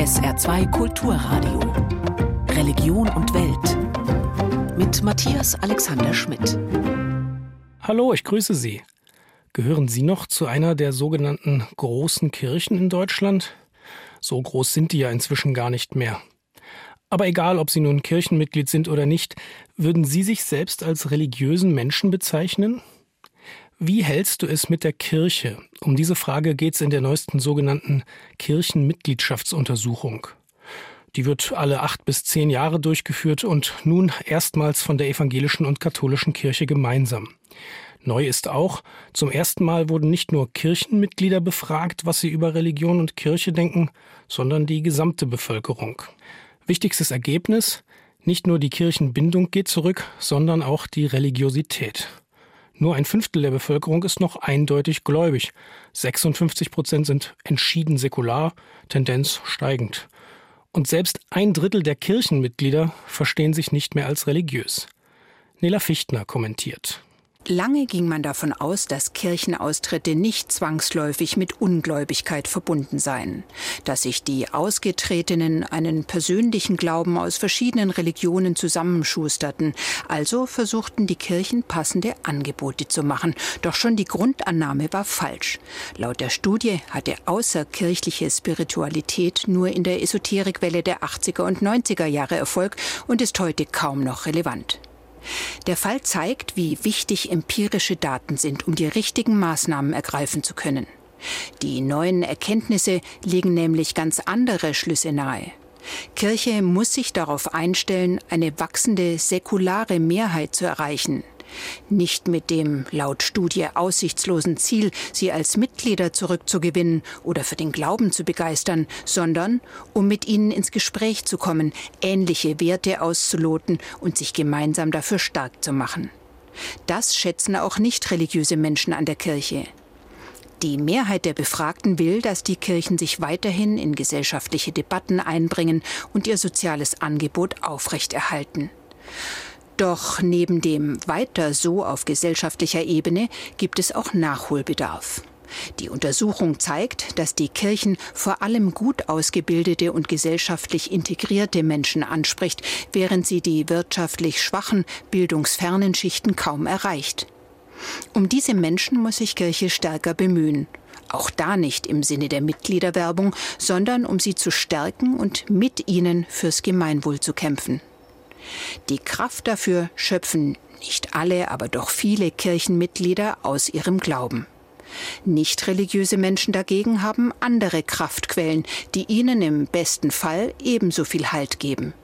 SR2 Kulturradio. Religion und Welt. Mit Matthias Alexander Schmidt. Hallo, ich grüße Sie. Gehören Sie noch zu einer der sogenannten großen Kirchen in Deutschland? So groß sind die ja inzwischen gar nicht mehr. Aber egal, ob Sie nun Kirchenmitglied sind oder nicht, würden Sie sich selbst als religiösen Menschen bezeichnen? Wie hältst du es mit der Kirche? Um diese Frage geht es in der neuesten sogenannten Kirchenmitgliedschaftsuntersuchung. Die wird alle 8 bis 10 Jahre durchgeführt und nun erstmals von der evangelischen und katholischen Kirche gemeinsam. Neu ist auch, zum ersten Mal wurden nicht nur Kirchenmitglieder befragt, was sie über Religion und Kirche denken, sondern die gesamte Bevölkerung. Wichtigstes Ergebnis: nicht nur die Kirchenbindung geht zurück, sondern auch die Religiosität. Nur 1/5 der Bevölkerung ist noch eindeutig gläubig. 56% sind entschieden säkular, Tendenz steigend. Und selbst 1/3 der Kirchenmitglieder verstehen sich nicht mehr als religiös. Nela Fichtner kommentiert. Lange ging man davon aus, dass Kirchenaustritte nicht zwangsläufig mit Ungläubigkeit verbunden seien, dass sich die Ausgetretenen einen persönlichen Glauben aus verschiedenen Religionen zusammenschusterten. Also versuchten die Kirchen passende Angebote zu machen. Doch schon die Grundannahme war falsch. Laut der Studie hatte außerkirchliche Spiritualität nur in der Esoterikwelle der 80er und 90er Jahre Erfolg und ist heute kaum noch relevant. Der Fall zeigt, wie wichtig empirische Daten sind, um die richtigen Maßnahmen ergreifen zu können. Die neuen Erkenntnisse legen nämlich ganz andere Schlüsse nahe. Kirche muss sich darauf einstellen, eine wachsende säkulare Mehrheit zu erreichen. Nicht mit dem laut Studie aussichtslosen Ziel, sie als Mitglieder zurückzugewinnen oder für den Glauben zu begeistern, sondern um mit ihnen ins Gespräch zu kommen, ähnliche Werte auszuloten und sich gemeinsam dafür stark zu machen. Das schätzen auch nicht religiöse Menschen an der Kirche. Die Mehrheit der Befragten will, dass die Kirchen sich weiterhin in gesellschaftliche Debatten einbringen und ihr soziales Angebot aufrechterhalten. Doch neben dem Weiter so auf gesellschaftlicher Ebene gibt es auch Nachholbedarf. Die Untersuchung zeigt, dass die Kirchen vor allem gut ausgebildete und gesellschaftlich integrierte Menschen anspricht, während sie die wirtschaftlich schwachen, bildungsfernen Schichten kaum erreicht. Um diese Menschen muss sich Kirche stärker bemühen. Auch da nicht im Sinne der Mitgliederwerbung, sondern um sie zu stärken und mit ihnen fürs Gemeinwohl zu kämpfen. Die Kraft dafür schöpfen nicht alle, aber doch viele Kirchenmitglieder aus ihrem Glauben. Nicht religiöse Menschen dagegen haben andere Kraftquellen, die ihnen im besten Fall ebenso viel Halt geben.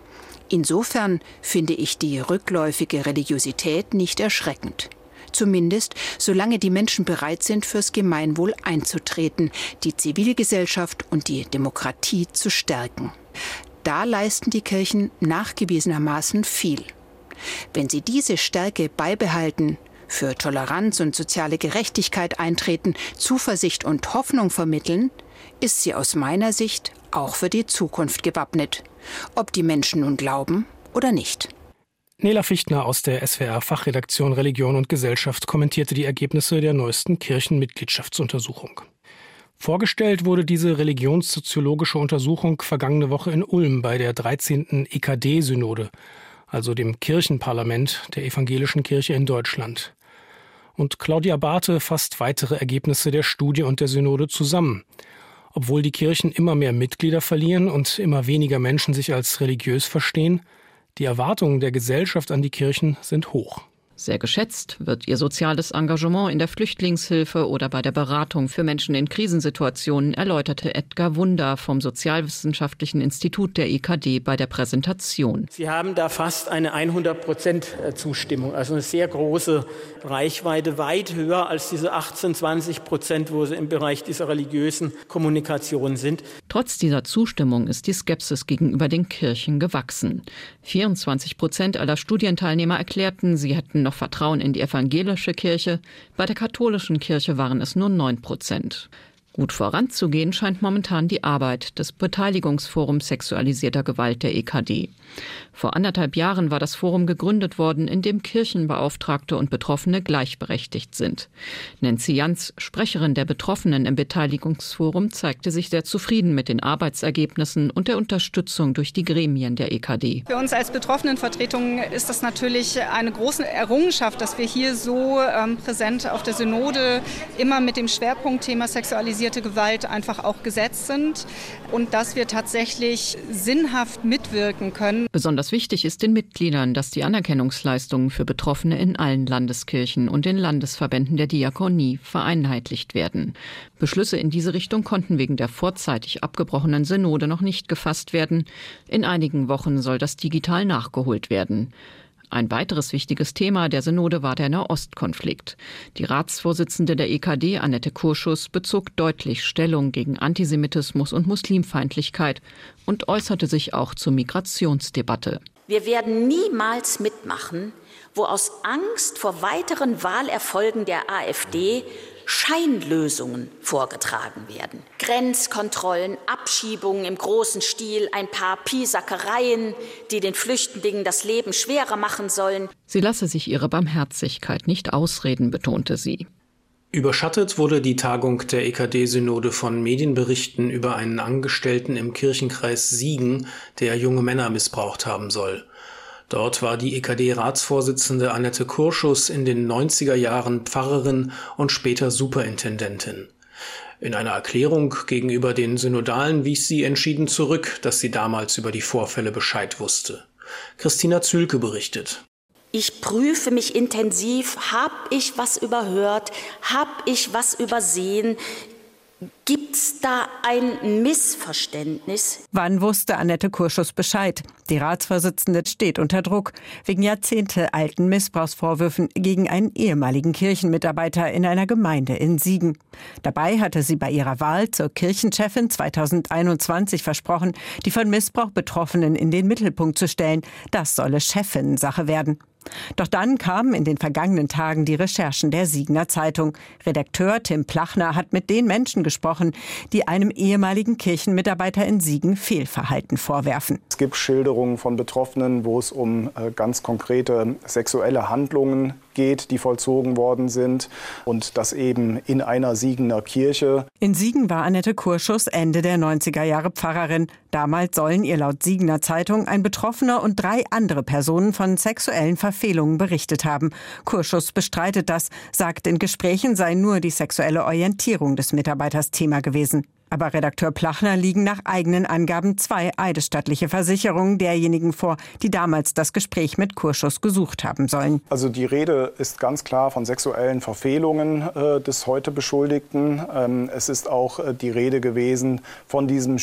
Insofern finde ich die rückläufige Religiosität nicht erschreckend. Zumindest solange die Menschen bereit sind, fürs Gemeinwohl einzutreten, die Zivilgesellschaft und die Demokratie zu stärken. Da leisten die Kirchen nachgewiesenermaßen viel. Wenn sie diese Stärke beibehalten, für Toleranz und soziale Gerechtigkeit eintreten, Zuversicht und Hoffnung vermitteln, ist sie aus meiner Sicht auch für die Zukunft gewappnet. Ob die Menschen nun glauben oder nicht. Nela Fichtner aus der SWR-Fachredaktion Religion und Gesellschaft kommentierte die Ergebnisse der neuesten Kirchenmitgliedschaftsuntersuchung. Vorgestellt wurde diese religionssoziologische Untersuchung vergangene Woche in Ulm bei der 13. EKD-Synode, also dem Kirchenparlament der evangelischen Kirche in Deutschland. Und Claudia Barthe fasst weitere Ergebnisse der Studie und der Synode zusammen. Obwohl die Kirchen immer mehr Mitglieder verlieren und immer weniger Menschen sich als religiös verstehen, die Erwartungen der Gesellschaft an die Kirchen sind hoch. Sehr geschätzt wird ihr soziales Engagement in der Flüchtlingshilfe oder bei der Beratung für Menschen in Krisensituationen, erläuterte Edgar Wunder vom Sozialwissenschaftlichen Institut der EKD bei der Präsentation. Sie haben da fast eine 100% Zustimmung, also eine sehr große Reichweite, weit höher als diese 18-20%, wo sie im Bereich dieser religiösen Kommunikation sind. Trotz dieser Zustimmung ist die Skepsis gegenüber den Kirchen gewachsen. 24% aller Studienteilnehmer erklärten, sie hätten noch Vertrauen in die evangelische Kirche. Bei der katholischen Kirche waren es nur 9%. Gut voranzugehen scheint momentan die Arbeit des Beteiligungsforums sexualisierter Gewalt der EKD. Vor 1,5 Jahren war das Forum gegründet worden, in dem Kirchenbeauftragte und Betroffene gleichberechtigt sind. Nancy Jans, Sprecherin der Betroffenen im Beteiligungsforum, zeigte sich sehr zufrieden mit den Arbeitsergebnissen und der Unterstützung durch die Gremien der EKD. Für uns als Betroffenenvertretung ist das natürlich eine große Errungenschaft, dass wir hier so präsent auf der Synode immer mit dem Schwerpunktthema sexualisierte Gewalt einfach auch gesetzt sind und dass wir tatsächlich sinnhaft mitwirken können. Besonders wichtig ist den Mitgliedern, dass die Anerkennungsleistungen für Betroffene in allen Landeskirchen und den Landesverbänden der Diakonie vereinheitlicht werden. Beschlüsse in diese Richtung konnten wegen der vorzeitig abgebrochenen Synode noch nicht gefasst werden. In einigen Wochen soll das digital nachgeholt werden. Ein weiteres wichtiges Thema der Synode war der Nahostkonflikt. Die Ratsvorsitzende der EKD, Annette Kurschus, bezog deutlich Stellung gegen Antisemitismus und Muslimfeindlichkeit und äußerte sich auch zur Migrationsdebatte. Wir werden niemals mitmachen, wo aus Angst vor weiteren Wahlerfolgen der AfD Scheinlösungen vorgetragen werden. Grenzkontrollen, Abschiebungen im großen Stil, ein paar Piesackereien, die den Flüchtlingen das Leben schwerer machen sollen. Sie lasse sich ihre Barmherzigkeit nicht ausreden, betonte sie. Überschattet wurde die Tagung der EKD-Synode von Medienberichten über einen Angestellten im Kirchenkreis Siegen, der junge Männer missbraucht haben soll. Dort war die EKD-Ratsvorsitzende Annette Kurschus in den 90er Jahren Pfarrerin und später Superintendentin. In einer Erklärung gegenüber den Synodalen wies sie entschieden zurück, dass sie damals über die Vorfälle Bescheid wusste. Christina Zülke berichtet. Ich prüfe mich intensiv. Habe ich was überhört? Habe ich was übersehen? Gibt's da ein Missverständnis? Wann wusste Annette Kurschus Bescheid? Die Ratsvorsitzende steht unter Druck wegen jahrzehntealten Missbrauchsvorwürfen gegen einen ehemaligen Kirchenmitarbeiter in einer Gemeinde in Siegen. Dabei hatte sie bei ihrer Wahl zur Kirchenchefin 2021 versprochen, die von Missbrauch Betroffenen in den Mittelpunkt zu stellen. Das solle Chefinnensache werden. Doch dann kamen in den vergangenen Tagen die Recherchen der Siegener Zeitung. Redakteur Tim Plachner hat mit den Menschen gesprochen, die einem ehemaligen Kirchenmitarbeiter in Siegen Fehlverhalten vorwerfen. Es gibt Schilderungen von Betroffenen, wo es um ganz konkrete sexuelle Handlungen geht, die vollzogen worden sind, und das eben in einer Siegener Kirche. In Siegen war Annette Kurschus Ende der 90er Jahre Pfarrerin. Damals sollen ihr laut Siegener Zeitung ein Betroffener und 3 andere Personen von sexuellen Verfehlungen berichtet haben. Kurschus bestreitet das, sagt, in Gesprächen sei nur die sexuelle Orientierung des Mitarbeiters Thema gewesen. Aber Redakteur Plachner liegen nach eigenen Angaben 2 eidesstattliche Versicherungen derjenigen vor, die damals das Gespräch mit Kurschus gesucht haben sollen. Also die Rede ist ganz klar von sexuellen Verfehlungen des heute Beschuldigten. Es ist auch die Rede gewesen von diesem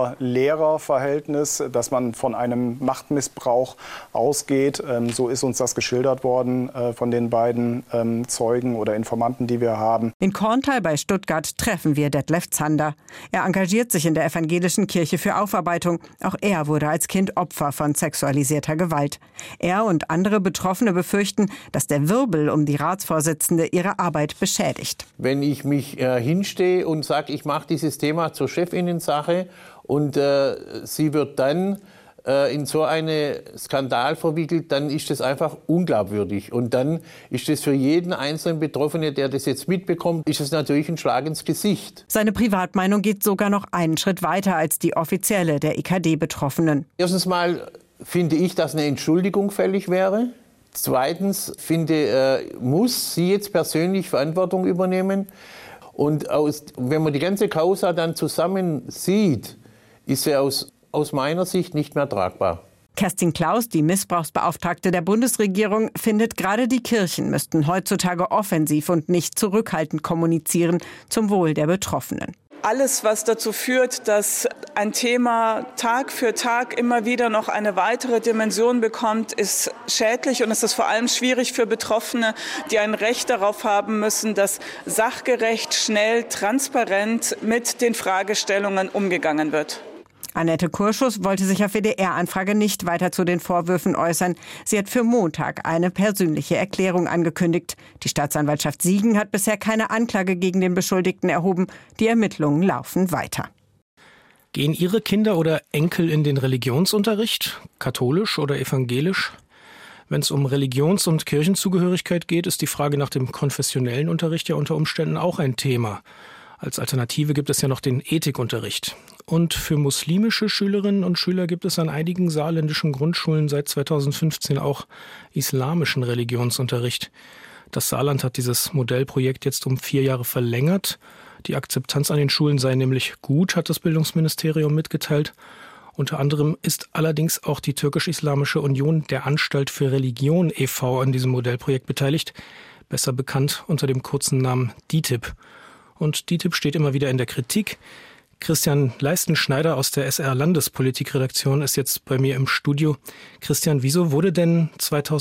Schüler-Lehrer-Verhältnis, dass man von einem Machtmissbrauch ausgeht. So ist uns das geschildert worden von den beiden Zeugen oder Informanten, die wir haben. In Korntal bei Stuttgart treffen wir Detlef Zander. Er engagiert sich in der evangelischen Kirche für Aufarbeitung. Auch er wurde als Kind Opfer von sexualisierter Gewalt. Er und andere Betroffene befürchten, dass der Wirbel um die Ratsvorsitzende ihre Arbeit beschädigt. Wenn ich mich hinstehe und sage, ich mache dieses Thema zur Chefinnensache und sie wird dann in so einen Skandal verwickelt, dann ist das einfach unglaubwürdig. Und dann ist das für jeden einzelnen Betroffenen, der das jetzt mitbekommt, ist es natürlich ein Schlag ins Gesicht. Seine Privatmeinung geht sogar noch einen Schritt weiter als die offizielle der EKD-Betroffenen. Erstens mal finde ich, dass eine Entschuldigung fällig wäre. Zweitens muss sie jetzt persönlich Verantwortung übernehmen. Und wenn man die ganze Causa dann zusammen sieht, ist sie aus meiner Sicht nicht mehr tragbar. Kerstin Klaus, die Missbrauchsbeauftragte der Bundesregierung, findet, gerade die Kirchen müssten heutzutage offensiv und nicht zurückhaltend kommunizieren zum Wohl der Betroffenen. Alles, was dazu führt, dass ein Thema Tag für Tag immer wieder noch eine weitere Dimension bekommt, ist schädlich, und es ist vor allem schwierig für Betroffene, die ein Recht darauf haben müssen, dass sachgerecht, schnell, transparent mit den Fragestellungen umgegangen wird. Annette Kurschus wollte sich auf WDR-Anfrage nicht weiter zu den Vorwürfen äußern. Sie hat für Montag eine persönliche Erklärung angekündigt. Die Staatsanwaltschaft Siegen hat bisher keine Anklage gegen den Beschuldigten erhoben. Die Ermittlungen laufen weiter. Gehen Ihre Kinder oder Enkel in den Religionsunterricht, katholisch oder evangelisch? Wenn es um Religions- und Kirchenzugehörigkeit geht, ist die Frage nach dem konfessionellen Unterricht ja unter Umständen auch ein Thema. Als Alternative gibt es ja noch den Ethikunterricht. Und für muslimische Schülerinnen und Schüler gibt es an einigen saarländischen Grundschulen seit 2015 auch islamischen Religionsunterricht. Das Saarland hat dieses Modellprojekt jetzt um 4 Jahre verlängert. Die Akzeptanz an den Schulen sei nämlich gut, hat das Bildungsministerium mitgeteilt. Unter anderem ist allerdings auch die Türkisch-Islamische Union der Anstalt für Religion e.V. an diesem Modellprojekt beteiligt, besser bekannt unter dem kurzen Namen DITIB. Und DITIB steht immer wieder in der Kritik. Christian Leistenschneider aus der SR-Landespolitikredaktion ist jetzt bei mir im Studio. Christian, wieso wurde denn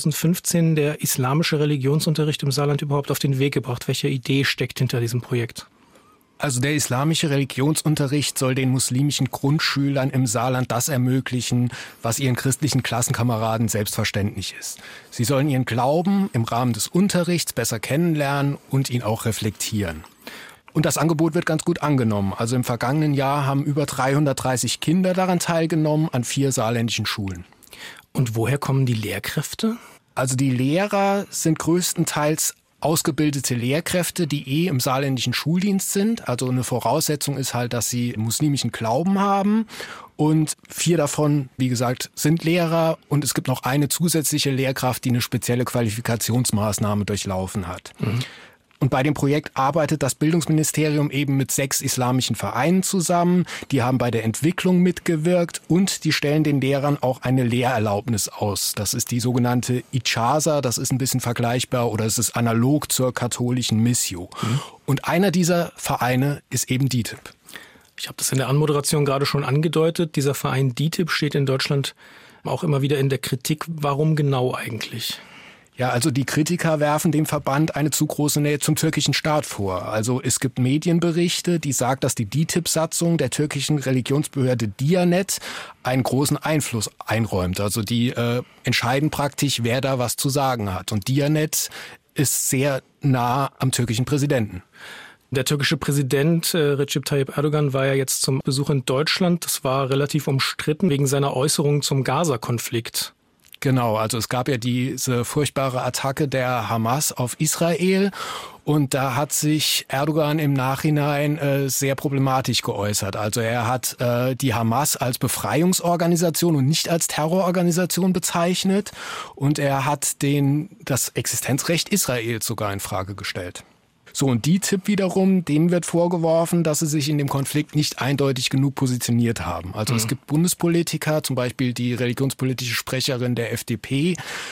2015 der islamische Religionsunterricht im Saarland überhaupt auf den Weg gebracht? Welche Idee steckt hinter diesem Projekt? Also der islamische Religionsunterricht soll den muslimischen Grundschülern im Saarland das ermöglichen, was ihren christlichen Klassenkameraden selbstverständlich ist. Sie sollen ihren Glauben im Rahmen des Unterrichts besser kennenlernen und ihn auch reflektieren. Und das Angebot wird ganz gut angenommen. Also im vergangenen Jahr haben über 330 Kinder daran teilgenommen an 4 saarländischen Schulen. Und woher kommen die Lehrkräfte? Also die Lehrer sind größtenteils ausgebildete Lehrkräfte, die im saarländischen Schuldienst sind. Also eine Voraussetzung ist halt, dass sie muslimischen Glauben haben. Und 4 davon, wie gesagt, sind Lehrer. Und es gibt noch eine zusätzliche Lehrkraft, die eine spezielle Qualifikationsmaßnahme durchlaufen hat. Mhm. Und bei dem Projekt arbeitet das Bildungsministerium eben mit 6 islamischen Vereinen zusammen. Die haben bei der Entwicklung mitgewirkt und die stellen den Lehrern auch eine Lehrerlaubnis aus. Das ist die sogenannte Ijaza, das ist ein bisschen vergleichbar oder es ist analog zur katholischen Missio. Mhm. Und einer dieser Vereine ist eben DITIB. Ich habe das in der Anmoderation gerade schon angedeutet. Dieser Verein DITIB steht in Deutschland auch immer wieder in der Kritik. Warum genau eigentlich? Ja, also die Kritiker werfen dem Verband eine zu große Nähe zum türkischen Staat vor. Also es gibt Medienberichte, die sagen, dass die DITIB-Satzung der türkischen Religionsbehörde Diyanet einen großen Einfluss einräumt. Also die entscheiden praktisch, wer da was zu sagen hat. Und Diyanet ist sehr nah am türkischen Präsidenten. Der türkische Präsident Recep Tayyip Erdogan war ja jetzt zum Besuch in Deutschland. Das war relativ umstritten wegen seiner Äußerungen zum Gaza-Konflikt. Genau, also es gab ja diese furchtbare Attacke der Hamas auf Israel und da hat sich Erdogan im Nachhinein sehr problematisch geäußert. Also er hat die Hamas als Befreiungsorganisation und nicht als Terrororganisation bezeichnet und er hat das Existenzrecht Israels sogar in Frage gestellt. So, und DITIB wiederum, denen wird vorgeworfen, dass sie sich in dem Konflikt nicht eindeutig genug positioniert haben. Also es gibt Bundespolitiker, zum Beispiel die religionspolitische Sprecherin der FDP,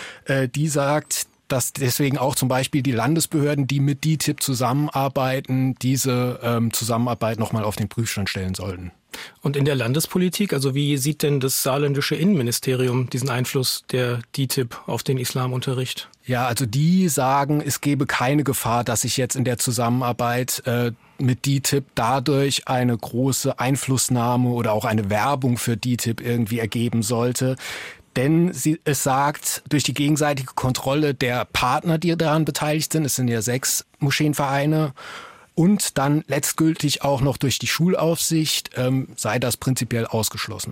die sagt, dass deswegen auch zum Beispiel die Landesbehörden, die mit DITIB zusammenarbeiten, diese Zusammenarbeit nochmal auf den Prüfstand stellen sollten. Und in der Landespolitik, also wie sieht denn das saarländische Innenministerium diesen Einfluss der DITIB auf den Islamunterricht? Ja, also die sagen, es gebe keine Gefahr, dass sich jetzt in der Zusammenarbeit mit DITIB dadurch eine große Einflussnahme oder auch eine Werbung für DITIB irgendwie ergeben sollte. Denn es sagt, durch die gegenseitige Kontrolle der Partner, die daran beteiligt sind, es sind ja 6 Moscheenvereine, und dann letztgültig auch noch durch die Schulaufsicht sei das prinzipiell ausgeschlossen.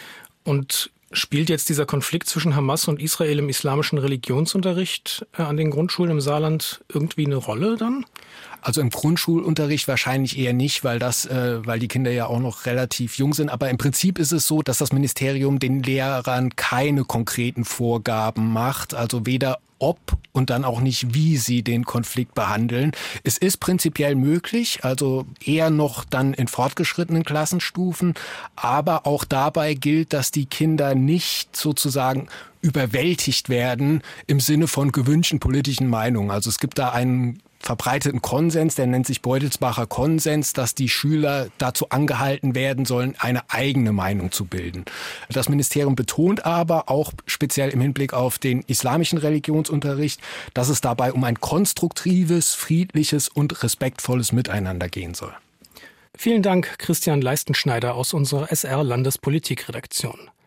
Und spielt jetzt dieser Konflikt zwischen Hamas und Israel im islamischen Religionsunterricht an den Grundschulen im Saarland irgendwie eine Rolle dann? Also im Grundschulunterricht wahrscheinlich eher nicht, weil die Kinder ja auch noch relativ jung sind. Aber im Prinzip ist es so, dass das Ministerium den Lehrern keine konkreten Vorgaben macht. Also weder ob und dann auch nicht, wie sie den Konflikt behandeln. Es ist prinzipiell möglich, also eher noch dann in fortgeschrittenen Klassenstufen. Aber auch dabei gilt, dass die Kinder nicht sozusagen überwältigt werden im Sinne von gewünschten politischen Meinungen. Also es gibt da einen verbreiteten Konsens, der nennt sich Beutelsbacher Konsens, dass die Schüler dazu angehalten werden sollen, eine eigene Meinung zu bilden. Das Ministerium betont aber auch speziell im Hinblick auf den islamischen Religionsunterricht, dass es dabei um ein konstruktives, friedliches und respektvolles Miteinander gehen soll. Vielen Dank, Christian Leistenschneider aus unserer SR-Landespolitikredaktion.